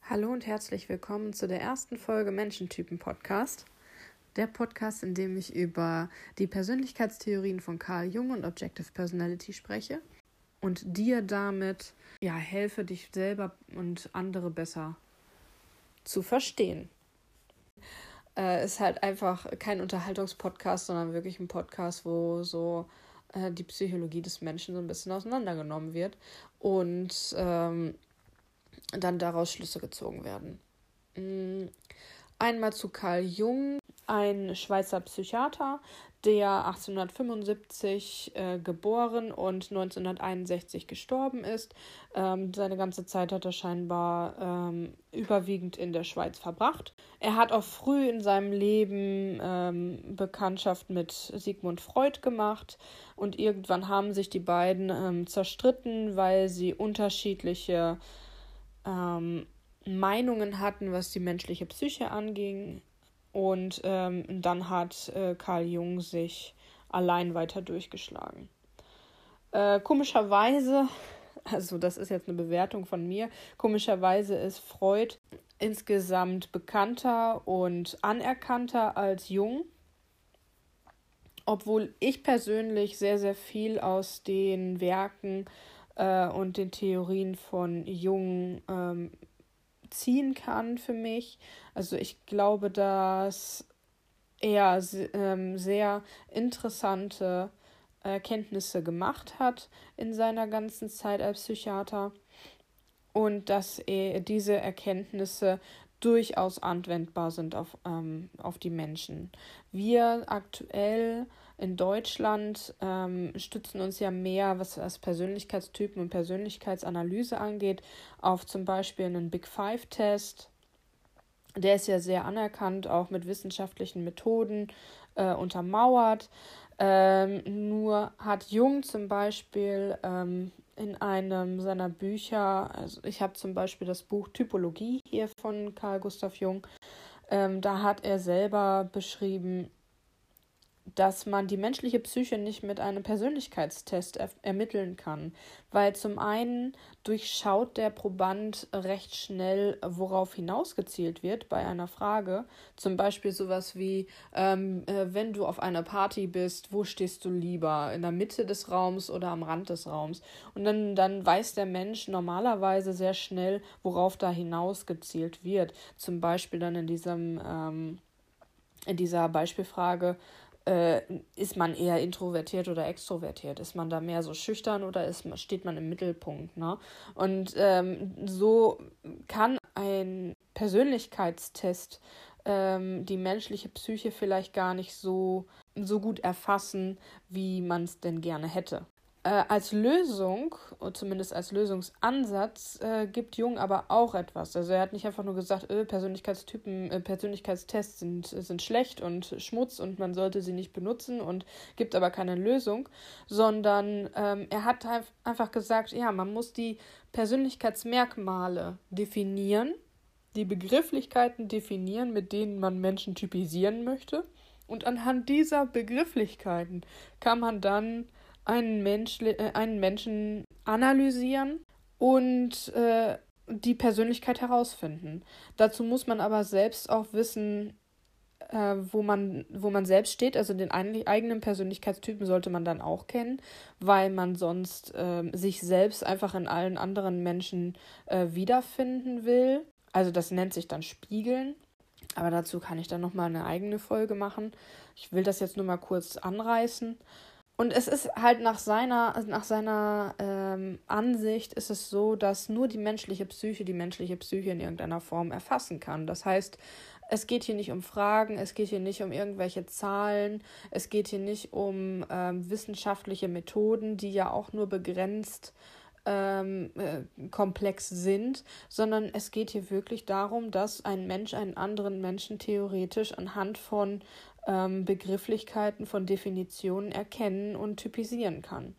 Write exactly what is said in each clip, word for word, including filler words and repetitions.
Hallo und herzlich willkommen zu der ersten Folge Menschentypen-Podcast. Der Podcast, in dem ich über die Persönlichkeitstheorien von Carl Jung und Objective Personality spreche und dir damit ja, helfe, dich selber und andere besser zu verstehen. Äh, ist halt einfach kein Unterhaltungspodcast, sondern wirklich ein Podcast, wo so äh, die Psychologie des Menschen so ein bisschen auseinandergenommen wird und ähm, dann daraus Schlüsse gezogen werden. Einmal zu Carl Jung, ein Schweizer Psychiater, der achtzehnhundertfünfundsiebzig äh, geboren und neunzehnhunderteinundsechzig gestorben ist. Ähm, seine ganze Zeit hat er scheinbar ähm, überwiegend in der Schweiz verbracht. Er hat auch früh in seinem Leben ähm, Bekanntschaft mit Sigmund Freud gemacht und irgendwann haben sich die beiden ähm, zerstritten, weil sie unterschiedliche ähm, Meinungen hatten, was die menschliche Psyche anging. Und ähm, dann hat äh, Carl Jung sich allein weiter durchgeschlagen. Äh, komischerweise, also das ist jetzt eine Bewertung von mir, komischerweise ist Freud insgesamt bekannter und anerkannter als Jung. Obwohl ich persönlich sehr, sehr viel aus den Werken äh, und den Theorien von Jung ähm, ziehen kann für mich. Also ich glaube, dass er ähm, sehr interessante Erkenntnisse gemacht hat in seiner ganzen Zeit als Psychiater und dass er diese Erkenntnisse durchaus anwendbar sind auf, ähm, auf die Menschen. Wir aktuell in Deutschland ähm, stützen uns ja mehr, was das Persönlichkeitstypen und Persönlichkeitsanalyse angeht, auf zum Beispiel einen Big Five-Test. Der ist ja sehr anerkannt, auch mit wissenschaftlichen Methoden äh, untermauert. Ähm, nur hat Jung zum Beispiel ähm, in einem seiner Bücher, also ich habe zum Beispiel das Buch Typologie hier von Carl Gustav Jung, ähm, da hat er selber beschrieben, dass man die menschliche Psyche nicht mit einem Persönlichkeitstest er- ermitteln kann, weil zum einen durchschaut der Proband recht schnell, worauf hinausgezielt wird bei einer Frage. Zum Beispiel sowas wie, ähm, äh, wenn du auf einer Party bist, wo stehst du lieber? In der Mitte des Raums oder am Rand des Raums? Und dann, dann weiß der Mensch normalerweise sehr schnell, worauf da hinausgezielt wird. Zum Beispiel dann in diesem, ähm, in dieser Beispielfrage, Äh, ist man eher introvertiert oder extrovertiert? Ist man da mehr so schüchtern oder ist, steht man im Mittelpunkt? Ne? Und ähm, so kann ein Persönlichkeitstest ähm, die menschliche Psyche vielleicht gar nicht so, so gut erfassen, wie man es denn gerne hätte. Äh, als Lösung, oder zumindest als Lösungsansatz, äh, gibt Jung aber auch etwas. Also er hat nicht einfach nur gesagt, äh, Persönlichkeitstypen, äh, Persönlichkeitstests sind, sind schlecht und Schmutz und man sollte sie nicht benutzen und gibt aber keine Lösung, sondern ähm, er hat einfach gesagt, ja, man muss die Persönlichkeitsmerkmale definieren, die Begrifflichkeiten definieren, mit denen man Menschen typisieren möchte. Und anhand dieser Begrifflichkeiten kann man dann einen, Mensch, äh, einen Menschen analysieren und äh, die Persönlichkeit herausfinden. Dazu muss man aber selbst auch wissen, äh, wo man, wo man selbst steht. Also den ein, eigenen Persönlichkeitstypen sollte man dann auch kennen, weil man sonst äh, sich selbst einfach in allen anderen Menschen äh, wiederfinden will. Also das nennt sich dann Spiegeln. Aber dazu kann ich dann nochmal eine eigene Folge machen. Ich will das jetzt nur mal kurz anreißen. Und es ist halt nach seiner, nach seiner ähm, Ansicht ist es so, dass nur die menschliche Psyche die menschliche Psyche in irgendeiner Form erfassen kann. Das heißt, es geht hier nicht um Fragen, es geht hier nicht um irgendwelche Zahlen, es geht hier nicht um ähm, wissenschaftliche Methoden, die ja auch nur begrenzt ähm, äh, komplex sind, sondern es geht hier wirklich darum, dass ein Mensch einen anderen Menschen theoretisch anhand von ähm, Begrifflichkeiten, von Definitionen erkennen und typisieren kann.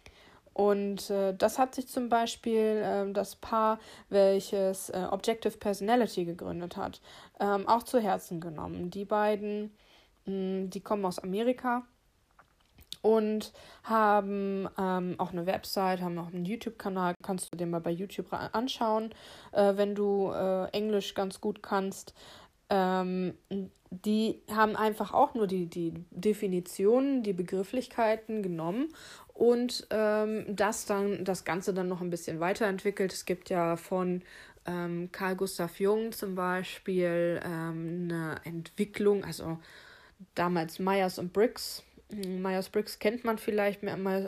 Und äh, das hat sich zum Beispiel äh, das Paar, welches äh, Objective Personality gegründet hat, ähm, auch zu Herzen genommen. Die beiden, mh, die kommen aus Amerika und haben ähm, auch eine Website, haben auch einen YouTube-Kanal, kannst du dir mal bei YouTube anschauen, äh, wenn du äh, Englisch ganz gut kannst. Ähm, die haben einfach auch nur die, die Definitionen, die Begrifflichkeiten genommen und ähm, das dann das Ganze dann noch ein bisschen weiterentwickelt. Es gibt ja von ähm, Carl Gustav Jung zum Beispiel ähm, eine Entwicklung, also damals Myers und Briggs. Myers-Briggs kennt man vielleicht,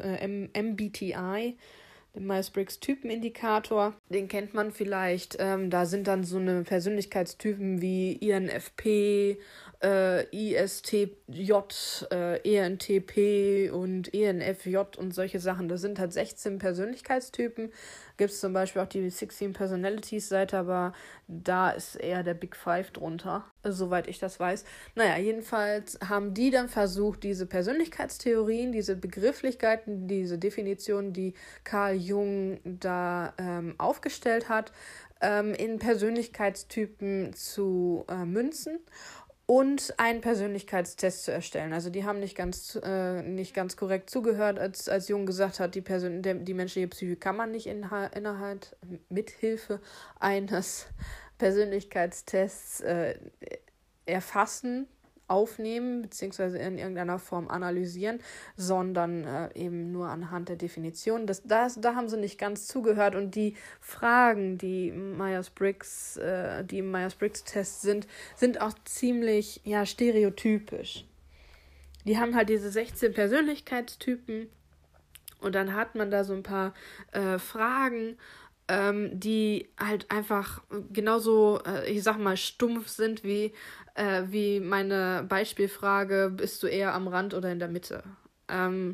M B T I, den Myers-Briggs-Typenindikator, den kennt man vielleicht. Ähm, da sind dann so eine Persönlichkeitstypen wie I N F P, äh, I S T J, äh, E N T P und E N F J und solche Sachen. Das sind halt sechzehn Persönlichkeitstypen. Gibt es zum Beispiel auch die sechzehn Personalities-Seite, aber da ist eher der Big Five drunter, soweit ich das weiß. Naja, jedenfalls haben die dann versucht, diese Persönlichkeitstheorien, diese Begrifflichkeiten, diese Definitionen, die Carl Jung da ähm, aufgestellt hat, ähm, in Persönlichkeitstypen zu äh, münzen und einen Persönlichkeitstest zu erstellen. Also die haben nicht ganz, äh, nicht ganz korrekt zugehört, als, als Jung gesagt hat, die, Persön- der, die menschliche Psyche kann man nicht inha- innerhalb, mithilfe eines Persönlichkeitstests äh, erfassen, aufnehmen, beziehungsweise in irgendeiner Form analysieren, sondern äh, eben nur anhand der Definition. Das, das, da haben sie nicht ganz zugehört und die Fragen, die Myers-Briggs, äh, die im Myers-Briggs-Test sind, sind auch ziemlich ja, stereotypisch. Die haben halt diese sechzehn Persönlichkeitstypen und dann hat man da so ein paar äh, Fragen, ähm, die halt einfach genauso, äh, ich sag mal, stumpf sind wie, äh, wie meine Beispielfrage, bist du eher am Rand oder in der Mitte? Ähm,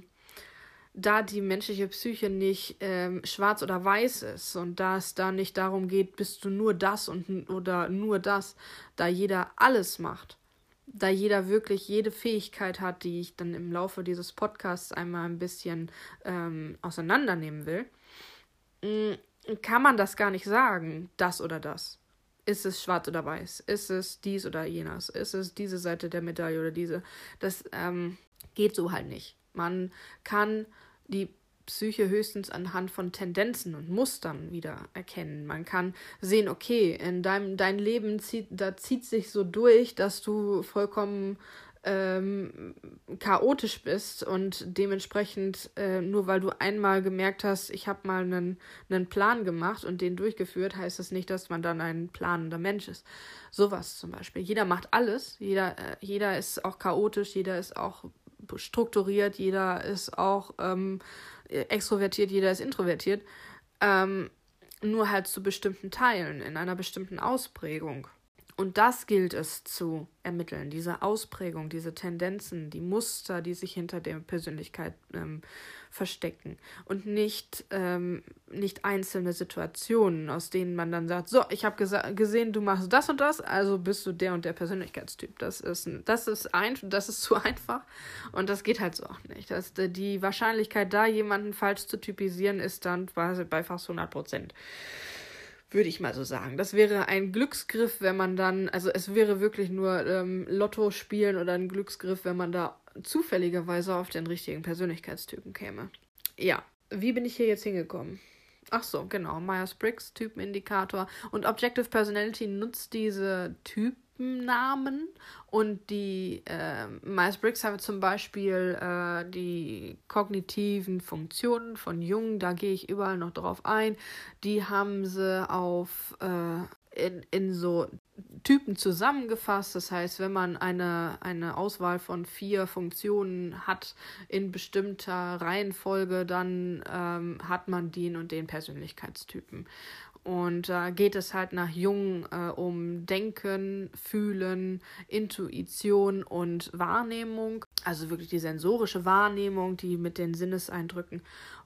da die menschliche Psyche nicht ähm, schwarz oder weiß ist und da es da nicht darum geht, bist du nur das und oder nur das, da jeder alles macht, da jeder wirklich jede Fähigkeit hat, die ich dann im Laufe dieses Podcasts einmal ein bisschen ähm, auseinandernehmen will, mh, kann man das gar nicht sagen, das oder das. Ist es schwarz oder weiß? Ist es dies oder jenes? Ist es diese Seite der Medaille oder diese? Das ähm, geht so halt nicht. Man kann die Psyche höchstens anhand von Tendenzen und Mustern wieder erkennen. Man kann sehen, okay, in deinem dein Leben zieht, da zieht sich so durch, dass du vollkommen ähm, chaotisch bist und dementsprechend, äh, nur weil du einmal gemerkt hast, ich habe mal einen, einen Plan gemacht und den durchgeführt, heißt das nicht, dass man dann ein planender Mensch ist. Sowas zum Beispiel. Jeder macht alles, jeder, äh, jeder ist auch chaotisch, jeder ist auch strukturiert, jeder ist auch ähm, extrovertiert, jeder ist introvertiert, ähm, nur halt zu bestimmten Teilen, in einer bestimmten Ausprägung. Und das gilt es zu ermitteln, diese Ausprägung, diese Tendenzen, die Muster, die sich hinter der Persönlichkeit ähm, verstecken. Und nicht, ähm, nicht einzelne Situationen, aus denen man dann sagt, so, ich habe gesa- gesehen, du machst das und das, also bist du der und der Persönlichkeitstyp. Das ist, das ist, ein, das ist zu einfach und das geht halt so auch nicht. Das, die Wahrscheinlichkeit, da jemanden falsch zu typisieren, ist dann quasi bei fast hundert Prozent. Würde ich mal so sagen. Das wäre ein Glücksgriff, wenn man dann, also es wäre wirklich nur ähm, Lotto spielen oder ein Glücksgriff, wenn man da zufälligerweise auf den richtigen Persönlichkeitstypen käme. Ja, wie bin ich hier jetzt hingekommen? Ach so, genau, Myers-Briggs, Typenindikator. Und Objective Personality nutzt diese Typennamen und die äh, Myers-Briggs haben zum Beispiel äh, die kognitiven Funktionen von Jung, da gehe ich überall noch drauf ein, die haben sie auf äh, in, in so Typen zusammengefasst. Das heißt, wenn man eine, eine Auswahl von vier Funktionen hat in bestimmter Reihenfolge, dann ähm, hat man den und den Persönlichkeitstypen. Und da äh, geht es halt nach Jung äh, um Denken, Fühlen, Intuition und Wahrnehmung. Also wirklich die sensorische Wahrnehmung, die mit den Sinneseindrücken.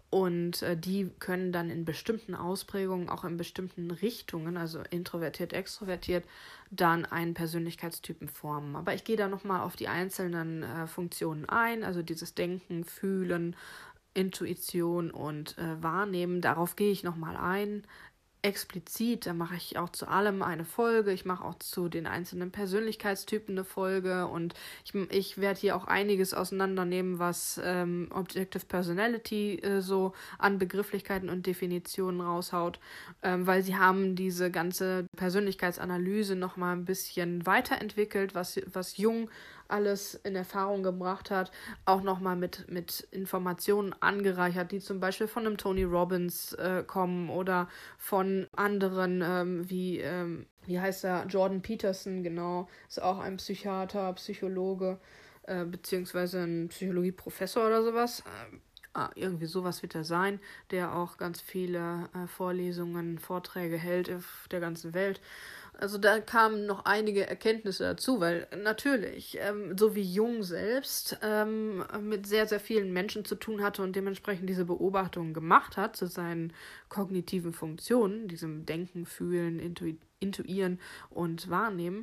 Und äh, die können dann in bestimmten Ausprägungen, auch in bestimmten Richtungen, also introvertiert, extrovertiert, dann einen Persönlichkeitstypen formen. Aber ich gehe da nochmal auf die einzelnen äh, Funktionen ein, also dieses Denken, Fühlen, Intuition und äh, Wahrnehmen. Darauf gehe ich nochmal ein explizit, da mache ich auch zu allem eine Folge, ich mache auch zu den einzelnen Persönlichkeitstypen eine Folge und ich, ich werde hier auch einiges auseinandernehmen, was ähm, Objective Personality äh, so an Begrifflichkeiten und Definitionen raushaut, ähm, weil sie haben diese ganze Persönlichkeitsanalyse nochmal ein bisschen weiterentwickelt, was, was Jung alles in Erfahrung gebracht hat, auch nochmal mit, mit Informationen angereichert, die zum Beispiel von einem Tony Robbins äh, kommen oder von anderen, ähm, wie, ähm, wie heißt er, Jordan Peterson, genau, ist auch ein Psychiater, Psychologe, äh, beziehungsweise ein Psychologieprofessor oder sowas. Äh, ah, irgendwie sowas wird er sein, der auch ganz viele äh, Vorlesungen, Vorträge hält auf der ganzen Welt. Also da kamen noch einige Erkenntnisse dazu, weil natürlich, ähm, so wie Jung selbst ähm, mit sehr, sehr vielen Menschen zu tun hatte und dementsprechend diese Beobachtungen gemacht hat zu seinen kognitiven Funktionen, diesem Denken, Fühlen, Intu- Intuieren und Wahrnehmen,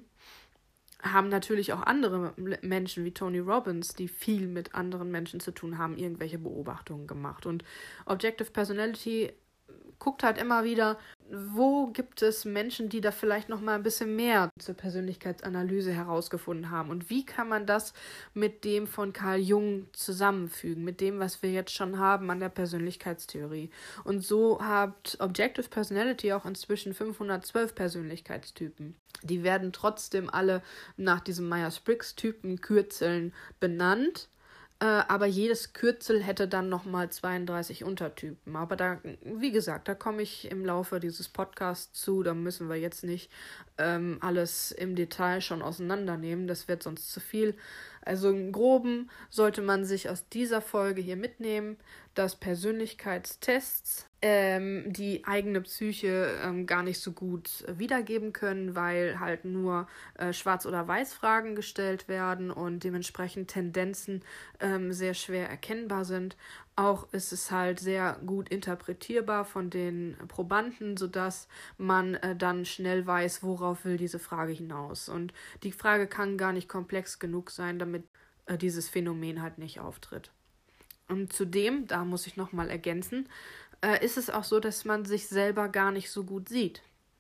haben natürlich auch andere Menschen wie Tony Robbins, die viel mit anderen Menschen zu tun haben, irgendwelche Beobachtungen gemacht. Und Objective Personality guckt halt immer wieder, wo gibt es Menschen, die da vielleicht noch mal ein bisschen mehr zur Persönlichkeitsanalyse herausgefunden haben und wie kann man das mit dem von Carl Jung zusammenfügen, mit dem, was wir jetzt schon haben an der Persönlichkeitstheorie. Und so hat Objective Personality auch inzwischen fünfhundertzwölf Persönlichkeitstypen. Die werden trotzdem alle nach diesem Myers-Briggs-Typen-Kürzeln benannt. Äh, aber jedes Kürzel hätte dann nochmal zweiunddreißig Untertypen. Aber da, wie gesagt, da komme ich im Laufe dieses Podcasts zu. Da müssen wir jetzt nicht ähm, alles im Detail schon auseinandernehmen. Das wird sonst zu viel. Also im Groben sollte man sich aus dieser Folge hier mitnehmen, dass Persönlichkeitstests ähm, die eigene Psyche ähm, gar nicht so gut äh, wiedergeben können, weil halt nur äh, Schwarz- oder Weiß-Fragen gestellt werden und dementsprechend Tendenzen ähm, sehr schwer erkennbar sind. Auch ist es halt sehr gut interpretierbar von den Probanden, sodass man äh, dann schnell weiß, worauf will diese Frage hinaus. Und die Frage kann gar nicht komplex genug sein, damit äh, dieses Phänomen halt nicht auftritt. Und zudem, da muss ich nochmal ergänzen, äh, ist es auch so, dass man sich selber gar nicht so gut sieht.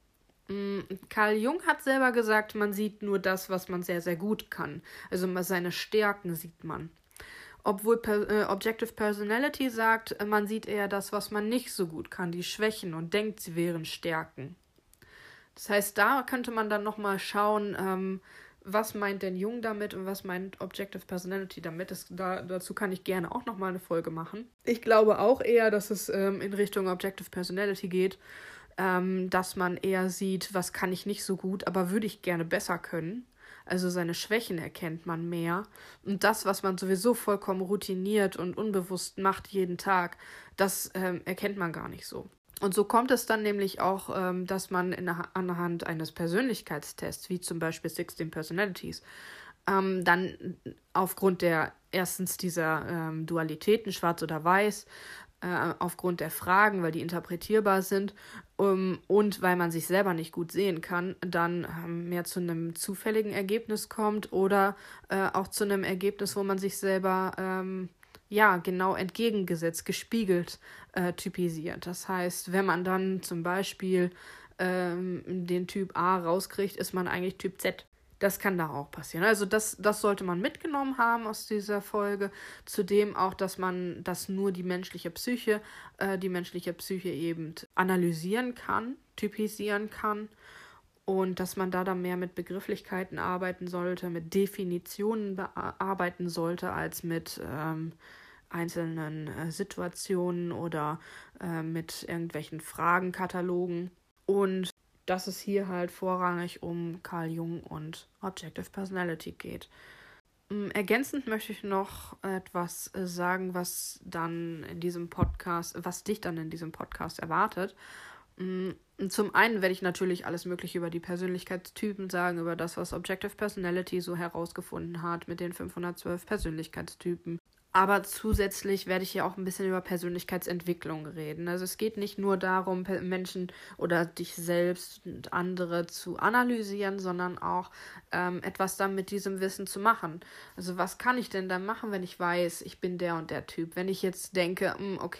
Mm, Carl Jung hat selber gesagt, man sieht nur das, was man sehr, sehr gut kann. Also seine Stärken sieht man. Obwohl per, äh, Objective Personality sagt, äh, man sieht eher das, was man nicht so gut kann, die Schwächen und denkt, sie wären Stärken. Das heißt, da könnte man dann nochmal schauen, ähm, was meint denn Jung damit und was meint Objective Personality damit. Das, da, dazu kann ich gerne auch nochmal eine Folge machen. Ich glaube auch eher, dass es ähm, in Richtung Objective Personality geht, ähm, dass man eher sieht, was kann ich nicht so gut, aber würde ich gerne besser können. Also seine Schwächen erkennt man mehr. Und das, was man sowieso vollkommen routiniert und unbewusst macht jeden Tag, das ähm, erkennt man gar nicht so. Und so kommt es dann nämlich auch, ähm, dass man in, anhand eines Persönlichkeitstests, wie zum Beispiel sixteen Personalities, ähm, dann aufgrund der erstens dieser ähm, Dualitäten, schwarz oder weiß, äh, aufgrund der Fragen, weil die interpretierbar sind um, und weil man sich selber nicht gut sehen kann, dann ähm, mehr zu einem zufälligen Ergebnis kommt oder äh, auch zu einem Ergebnis, wo man sich selber ähm, ja, genau entgegengesetzt, gespiegelt äh, typisiert. Das heißt, wenn man dann zum Beispiel ähm, den Typ A rauskriegt, ist man eigentlich Typ Z. Das kann da auch passieren. Also das, das sollte man mitgenommen haben aus dieser Folge. Zudem auch, dass man das nur die menschliche Psyche, äh, die menschliche Psyche eben analysieren kann, typisieren kann. Und dass man da dann mehr mit Begrifflichkeiten arbeiten sollte, mit Definitionen bearbeiten sollte, als mit ähm, einzelnen äh, Situationen oder äh, mit irgendwelchen Fragenkatalogen. Und dass es hier halt vorrangig um Carl Jung und Objective Personality geht. Ähm, ergänzend möchte ich noch etwas äh, sagen, was dann in diesem Podcast, was dich dann in diesem Podcast erwartet. Zum einen werde ich natürlich alles Mögliche über die Persönlichkeitstypen sagen, über das, was Objective Personality so herausgefunden hat mit den fünfhundertzwölf Persönlichkeitstypen. Aber zusätzlich werde ich hier auch ein bisschen über Persönlichkeitsentwicklung reden. Also es geht nicht nur darum, Menschen oder dich selbst und andere zu analysieren, sondern auch ähm, etwas dann mit diesem Wissen zu machen. Also was kann ich denn dann machen, wenn ich weiß, ich bin der und der Typ? Wenn ich jetzt denke, okay,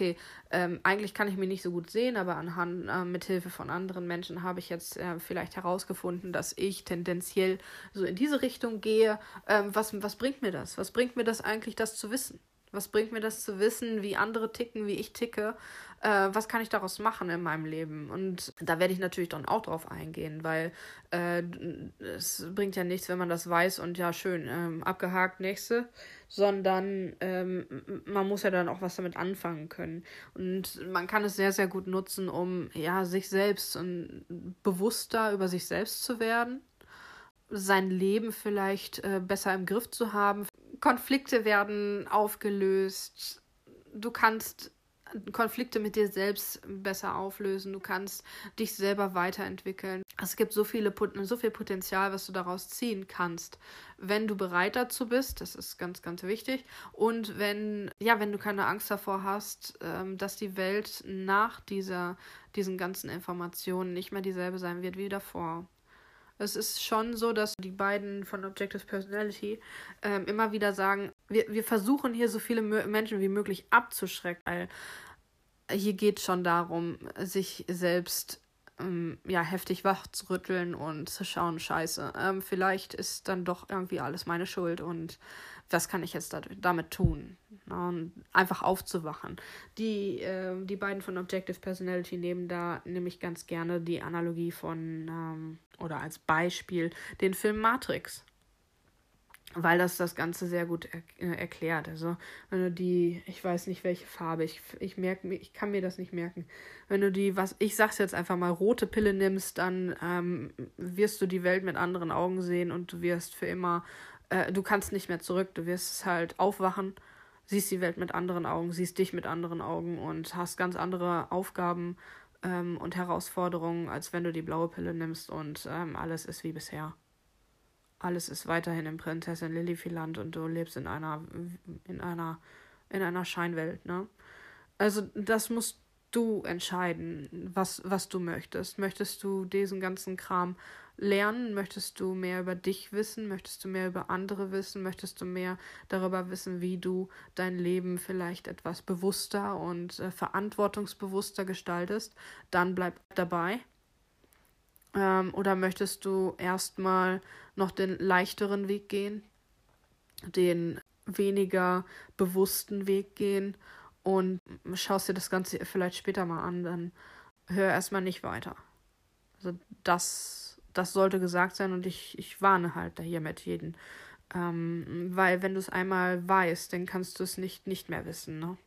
ähm, eigentlich kann ich mich nicht so gut sehen, aber anhand, äh, mit Hilfe von anderen Menschen habe ich jetzt äh, vielleicht herausgefunden, dass ich tendenziell so in diese Richtung gehe. Ähm, was, was bringt mir das? Was bringt mir das eigentlich, das zu wissen? Was bringt mir das zu wissen, wie andere ticken, wie ich ticke? Äh, was kann ich daraus machen in meinem Leben? Und da werde ich natürlich dann auch drauf eingehen, weil äh, es bringt ja nichts, wenn man das weiß und ja, schön, ähm, abgehakt, nächste, sondern ähm, man muss ja dann auch was damit anfangen können. Und man kann es sehr, sehr gut nutzen, um ja, sich selbst und bewusster über sich selbst zu werden, sein Leben vielleicht äh, besser im Griff zu haben. Konflikte werden aufgelöst. Du kannst Konflikte mit dir selbst besser auflösen. Du kannst dich selber weiterentwickeln. Es gibt so viele, so viel Potenzial, was du daraus ziehen kannst, wenn du bereit dazu bist. Das ist ganz, ganz wichtig. Und wenn, ja, wenn du keine Angst davor hast, ähm, dass die Welt nach dieser, diesen ganzen Informationen nicht mehr dieselbe sein wird wie davor. Es ist schon so, dass die beiden von Objective Personality ähm, immer wieder sagen, wir, wir versuchen hier so viele Mö- Menschen wie möglich abzuschrecken, weil hier geht es schon darum, sich selbst ähm, ja, heftig wach zu rütteln und zu schauen, scheiße, ähm, vielleicht ist dann doch irgendwie alles meine Schuld und was kann ich jetzt da, damit tun? Na, und einfach aufzuwachen. Die, äh, die beiden von Objective Personality nehmen da nämlich ganz gerne die Analogie von, ähm, oder als Beispiel, den Film Matrix. Weil das das Ganze sehr gut er- äh, erklärt. Also, wenn du die, ich weiß nicht welche Farbe, ich, ich merke ich kann mir das nicht merken. Wenn du die, was, ich sag's jetzt einfach mal, rote Pille nimmst, dann ähm, wirst du die Welt mit anderen Augen sehen und du wirst für immer, äh, du kannst nicht mehr zurück, du wirst halt aufwachen, siehst die Welt mit anderen Augen, siehst dich mit anderen Augen und hast ganz andere Aufgaben ähm, und Herausforderungen, als wenn du die blaue Pille nimmst und ähm, alles ist wie bisher. Alles ist weiterhin im Prinzessin Lilliphi-Land und du lebst in einer, in einer, in einer Scheinwelt, ne? Also das musst du entscheiden, was, was du möchtest. Möchtest du diesen ganzen Kram lernen? Möchtest du mehr über dich wissen? Möchtest du mehr über andere wissen? Möchtest du mehr darüber wissen, wie du dein Leben vielleicht etwas bewusster und äh, verantwortungsbewusster gestaltest? Dann bleib dabei. Ähm, oder möchtest du erstmal noch den leichteren Weg gehen, den weniger bewussten Weg gehen und schaust dir das Ganze vielleicht später mal an, dann hör erstmal nicht weiter. Also das, das sollte gesagt sein und ich, ich warne halt da hiermit jeden. Ähm, weil wenn du es einmal weißt, dann kannst du es nicht, nicht mehr wissen, ne?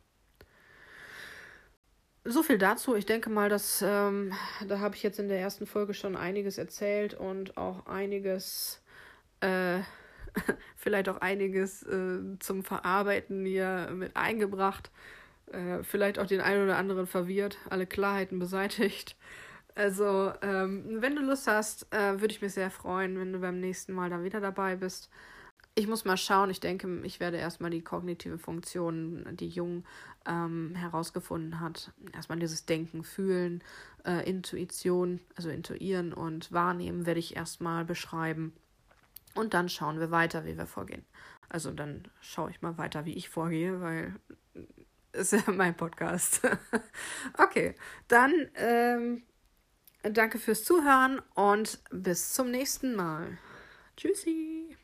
So viel dazu. Ich denke mal, dass ähm, da habe ich jetzt in der ersten Folge schon einiges erzählt und auch einiges, äh, vielleicht auch einiges äh, zum Verarbeiten hier mit eingebracht. Äh, vielleicht auch den einen oder anderen verwirrt, alle Klarheiten beseitigt. Also, ähm, wenn du Lust hast, äh, würde ich mich sehr freuen, wenn du beim nächsten Mal dann wieder dabei bist. Ich muss mal schauen, ich denke, ich werde erstmal die kognitive Funktion, die Jung ähm, herausgefunden hat, erstmal dieses Denken, Fühlen, äh, Intuition, also intuieren und wahrnehmen, werde ich erstmal beschreiben. Und dann schauen wir weiter, wie wir vorgehen. Also dann schaue ich mal weiter, wie ich vorgehe, weil es ist ja mein Podcast. Okay, dann ähm, danke fürs Zuhören und bis zum nächsten Mal. Tschüssi.